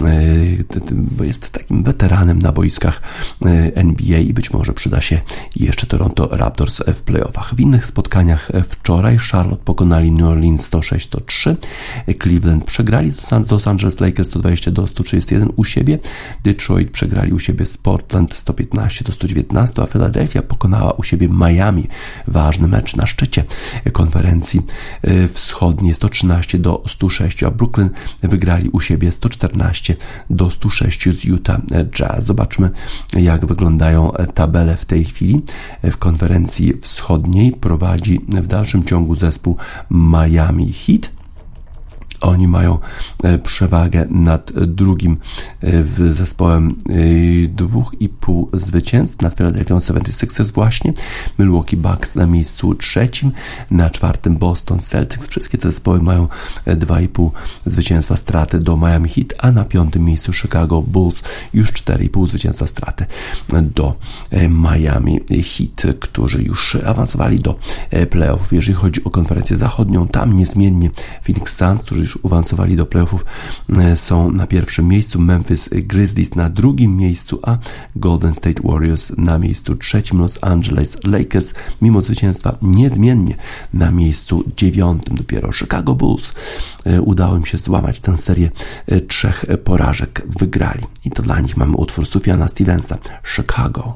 bo jest takim weteranem na boiskach N B A i być może przyda się jeszcze Toronto Raptors w playoffach. W innych spotkaniach wczoraj Charlotte pokonali New Orleans sto sześć do trzy, Cleveland przegrali Los Angeles Lakers sto dwadzieścia do stu trzydziestu jeden u siebie, Detroit przegrali u siebie z Portland sto piętnaście do stu dziewiętnastu, a Philadelphia pokonała u siebie Miami. Ważny mecz na szczycie konferencji wschodniej sto trzynaście do stu sześciu, a Brooklyn wygrali u siebie sto czternaście do stu sześciu z Utah Jazz. Zobaczmy, jak wyglądają tabele w tej chwili. W konferencji wschodniej prowadzi w dalszym ciągu zespół Miami Heat. Oni mają przewagę nad drugim zespołem dwóch i pół zwycięstw, nad Philadelphia seventy-sixers właśnie, Milwaukee Bucks na miejscu trzecim, na czwartym Boston Celtics. Wszystkie te zespoły mają dwa i pół zwycięstwa, straty do Miami Heat, a na piątym miejscu Chicago Bulls już cztery i pół zwycięstwa, straty do Miami Heat, którzy już awansowali do playoffów. Jeżeli chodzi o konferencję zachodnią, tam niezmiennie Phoenix Suns, którzy już awansowali do playoffów, są na pierwszym miejscu, Memphis Grizzlies na drugim miejscu, a Golden State Warriors na miejscu trzecim, Los Angeles Lakers mimo zwycięstwa niezmiennie na miejscu dziewiątym. Dopiero Chicago Bulls udało im się złamać tę serię trzech porażek, wygrali i to dla nich mamy utwór Sufjana Stevensa, Chicago.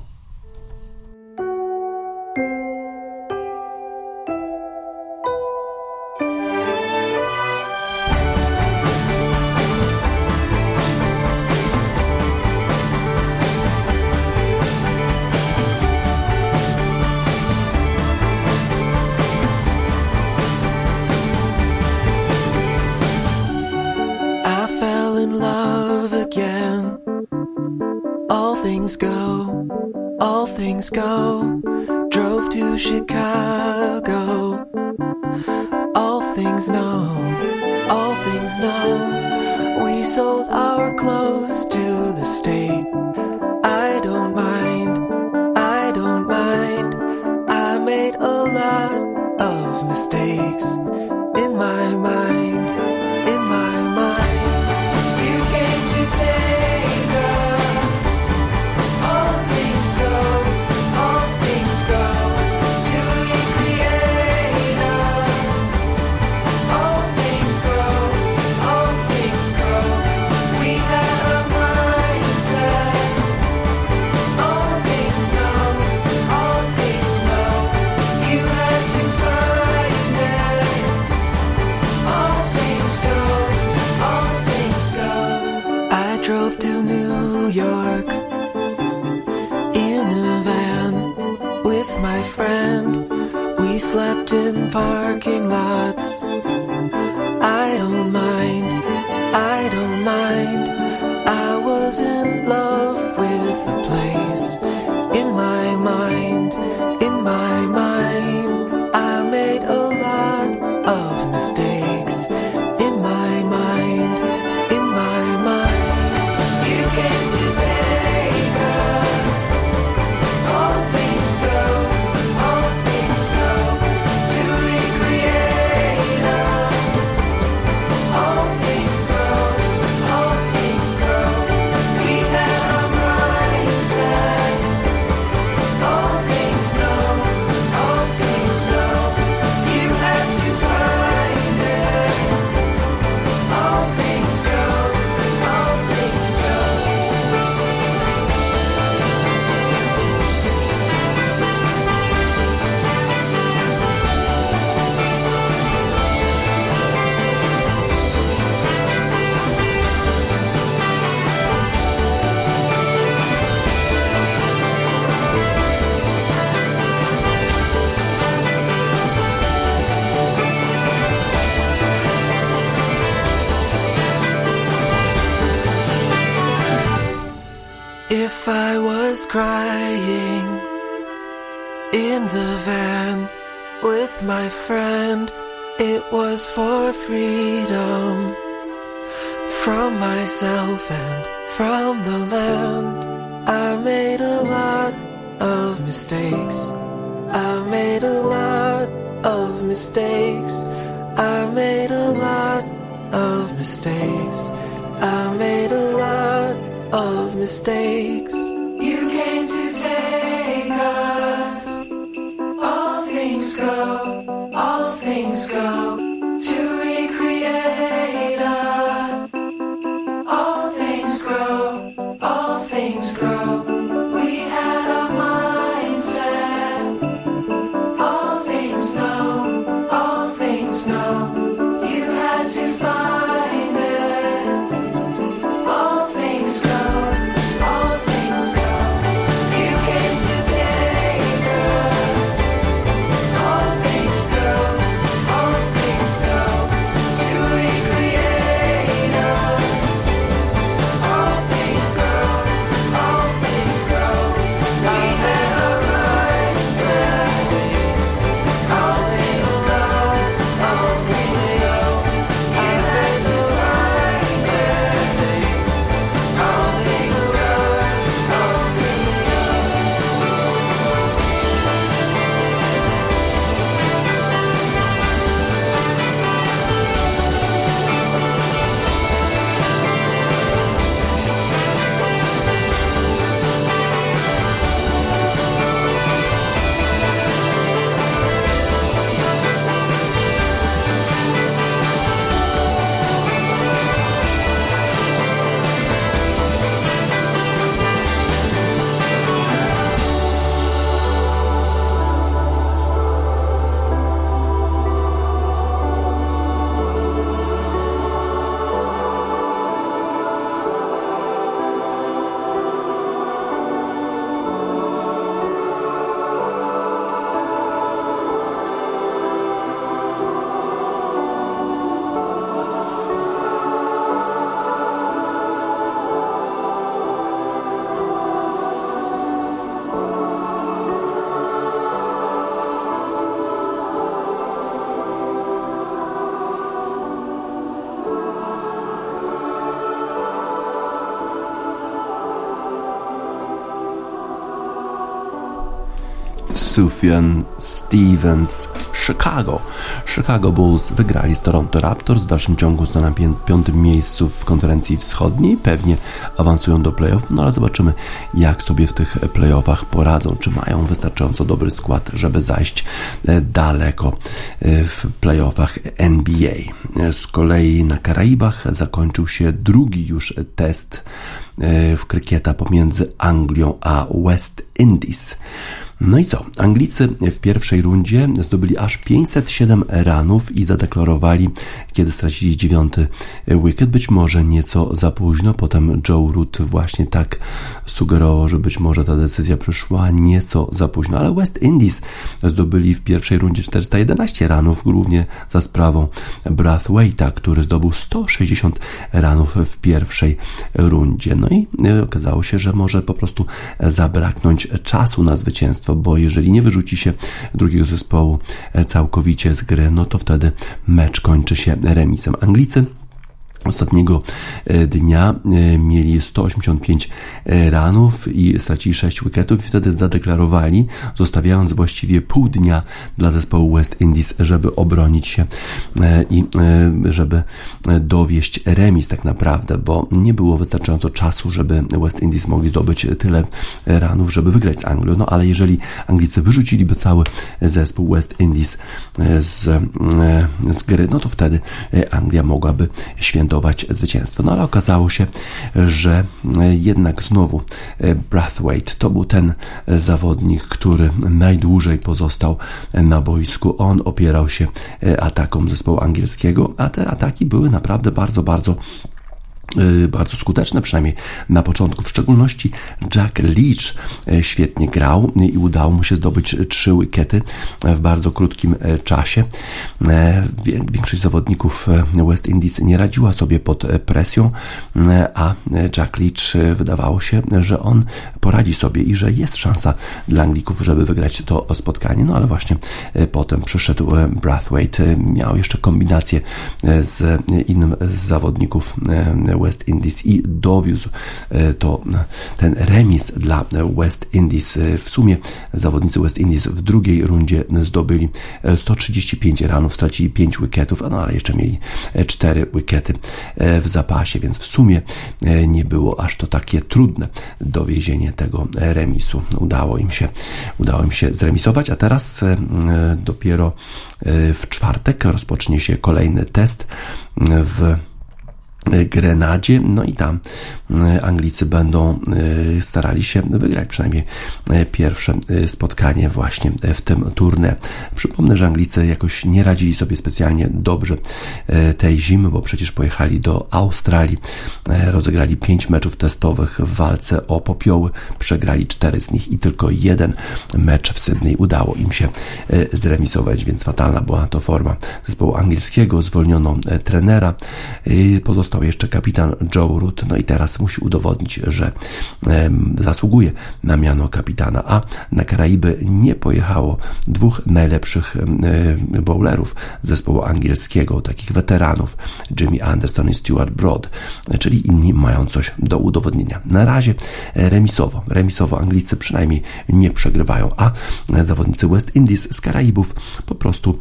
Go, drove to Chicago. All things know, all things know. We sold our clothes to the state. I don't mind, I don't mind. I made a lot of mistakes in my mind, in my mind. You came to take us. All things go. Fire. We slept in parking lots. I don't mind, I don't mind. I was in love with the place. In my mind, in my mind, I made a lot of mistakes. In my mind, in my mind, you came to take us. All things go, all things go, to recreate us. All things go, all things go. We had our minds set. All things know, all things know. You had to find it. All things go, all things go. If I was crying in the van with my friend, it was for freedom from myself and from the land. I made a lot of mistakes. I made a lot of mistakes. I made a lot of mistakes. I made a lot of mistakes. You came to take us. All things go, all things go, to recreate us. All things grow, all things grow. We had our minds set. All things know, all things know. You had to find it. All things go, all things go. You came to take us. All things go, all things go, to recreate us. All things go, all things go. We had our minds set. All things go, all things go. You had to find it. All things go, all things go. Sufjan Stevens, Chicago. Chicago Bulls wygrali z Toronto Raptors, w dalszym ciągu są na pię- piątym miejscu w konferencji wschodniej, pewnie awansują do playoff, no ale zobaczymy, jak sobie w tych playoffach poradzą, czy mają wystarczająco dobry skład, żeby zajść e, daleko e, w playoffach N B A. Z kolei na Karaibach zakończył się drugi już test e, w krykieta pomiędzy Anglią a West Indies. No i co? Anglicy w pierwszej rundzie zdobyli aż pięćset siedem ranów i zadeklarowali, kiedy stracili dziewiąty wicket, być może nieco za późno. Potem Joe Root właśnie tak sugerował, że być może ta decyzja przyszła nieco za późno, ale West Indies zdobyli w pierwszej rundzie czterysta jedenaście ranów, głównie za sprawą Brathwaite'a, który zdobył sto sześćdziesiąt ranów w pierwszej rundzie. No i okazało się, że może po prostu zabraknąć czasu na zwycięstwo, bo jeżeli nie wyrzuci się drugiego zespołu całkowicie z gry, no to wtedy mecz kończy się remisem. Anglicy ostatniego dnia mieli sto osiemdziesiąt pięć ranów i stracili sześć wicketów i wtedy zadeklarowali, zostawiając właściwie pół dnia dla zespołu West Indies, żeby obronić się i żeby dowieść remis tak naprawdę, bo nie było wystarczająco czasu, żeby West Indies mogli zdobyć tyle ranów, żeby wygrać z Anglią. No ale jeżeli Anglicy wyrzuciliby cały zespół West Indies z, z gry, no to wtedy Anglia mogłaby świętować zwycięstwo. No ale okazało się, że jednak znowu Brathwaite to był ten zawodnik, który najdłużej pozostał na boisku. On opierał się atakom zespołu angielskiego, a te ataki były naprawdę bardzo, bardzo bardzo skuteczne, przynajmniej na początku. W szczególności Jack Leach świetnie grał i udało mu się zdobyć trzy wickety w bardzo krótkim czasie. Większość zawodników West Indies nie radziła sobie pod presją, a Jack Leach wydawało się, że on poradzi sobie i że jest szansa dla Anglików, żeby wygrać to spotkanie. No ale właśnie potem przyszedł Brathwaite, miał jeszcze kombinację z innym z zawodników West Indies i dowiózł to, ten remis dla West Indies. W sumie zawodnicy West Indies w drugiej rundzie zdobyli sto trzydzieści pięć ranów, stracili pięć wicketów, no ale jeszcze mieli cztery wickety w zapasie, więc w sumie nie było aż to takie trudne dowiezienie tego remisu. Udało im się, udało im się zremisować, a teraz dopiero w czwartek rozpocznie się kolejny test w Grenadzie, no i tam Anglicy będą starali się wygrać przynajmniej pierwsze spotkanie właśnie w tym turnieju. Przypomnę, że Anglicy jakoś nie radzili sobie specjalnie dobrze tej zimy, bo przecież pojechali do Australii, rozegrali pięć meczów testowych w walce o popioły, przegrali cztery z nich i tylko jeden mecz w Sydney udało im się zremisować, więc fatalna była to forma zespołu angielskiego. Zwolniono trenera, pozostał jeszcze kapitan Joe Root, no i teraz musi udowodnić, że e, zasługuje na miano kapitana, a na Karaiby nie pojechało dwóch najlepszych e, bowlerów zespołu angielskiego, takich weteranów, Jimmy Anderson i Stuart Broad, czyli inni mają coś do udowodnienia. Na razie remisowo, remisowo Anglicy przynajmniej nie przegrywają, a zawodnicy West Indies z Karaibów po prostu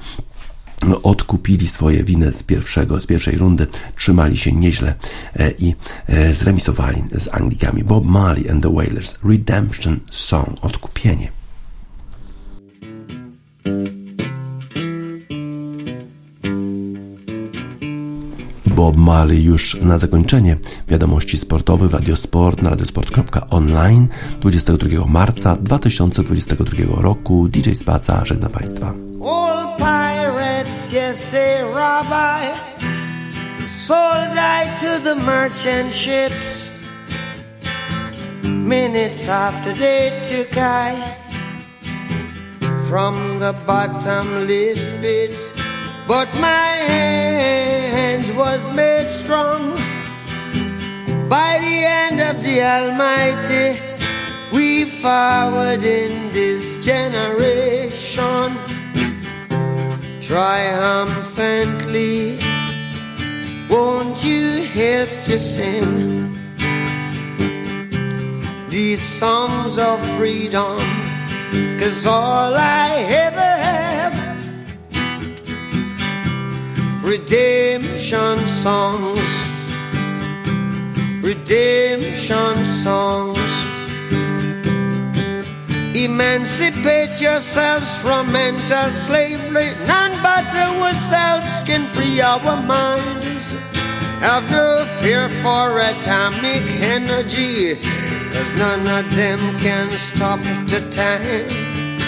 odkupili swoje winy z pierwszego, z pierwszej rundy, trzymali się nieźle i zremisowali z Anglikami. Bob Marley and the Wailers, Redemption Song, odkupienie. Bob Marley już na zakończenie wiadomości sportowych w Radiosport na radiosport kropka online dwudziestego drugiego marca dwa tysiące dwudziestego drugiego roku. D J Spaca żegna Państwa. All pirates, yes they rob I, sold I to the merchant ships. Minutes after they took I from the bottomless pit, but my hand was made strong by the hand of the Almighty. We forward in this generation triumphantly. Won't you help to sing these songs of freedom? 'Cause all I ever have, redemption songs, redemption songs. Emancipate yourselves from mental slavery. None but ourselves can free our minds. Have no fear for atomic energy, 'cause none of them can stop the time.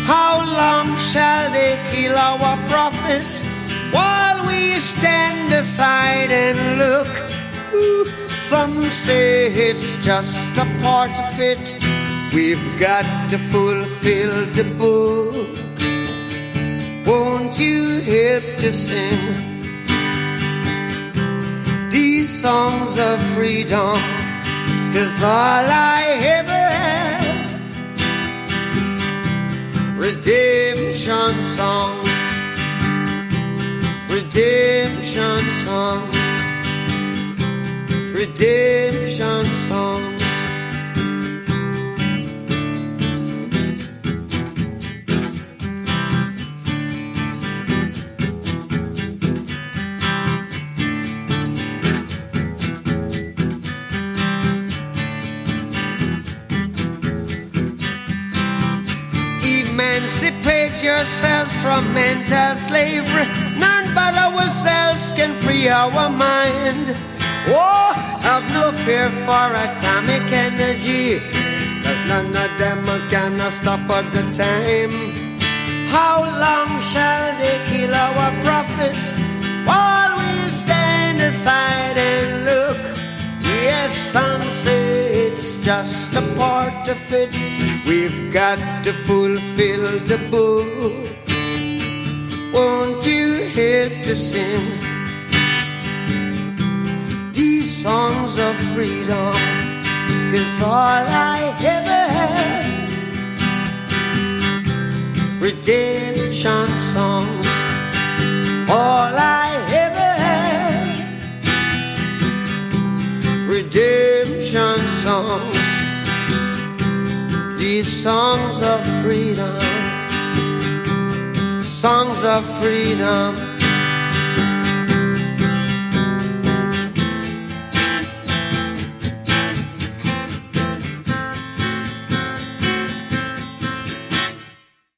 How long shall they kill our prophets while we stand aside and look? Ooh, some say it's just a part of it. We've got to fulfill the book. Won't you help to sing these songs of freedom? 'Cause all I ever have, redemption songs, redemption songs, redemption songs. Emancipate yourselves from mental slavery. None but ourselves can free our mind. Oh, have no fear for atomic energy, 'cause none of them can stop at the time. How long shall they kill our prophets while we stand aside and look? Yes, some say it's just a part of it. We've got to fulfill the book. Won't you help to sing these songs of freedom? 'Cause all I ever had, redemption songs. All I ever had, redemption songs. These songs of freedom, songs of freedom.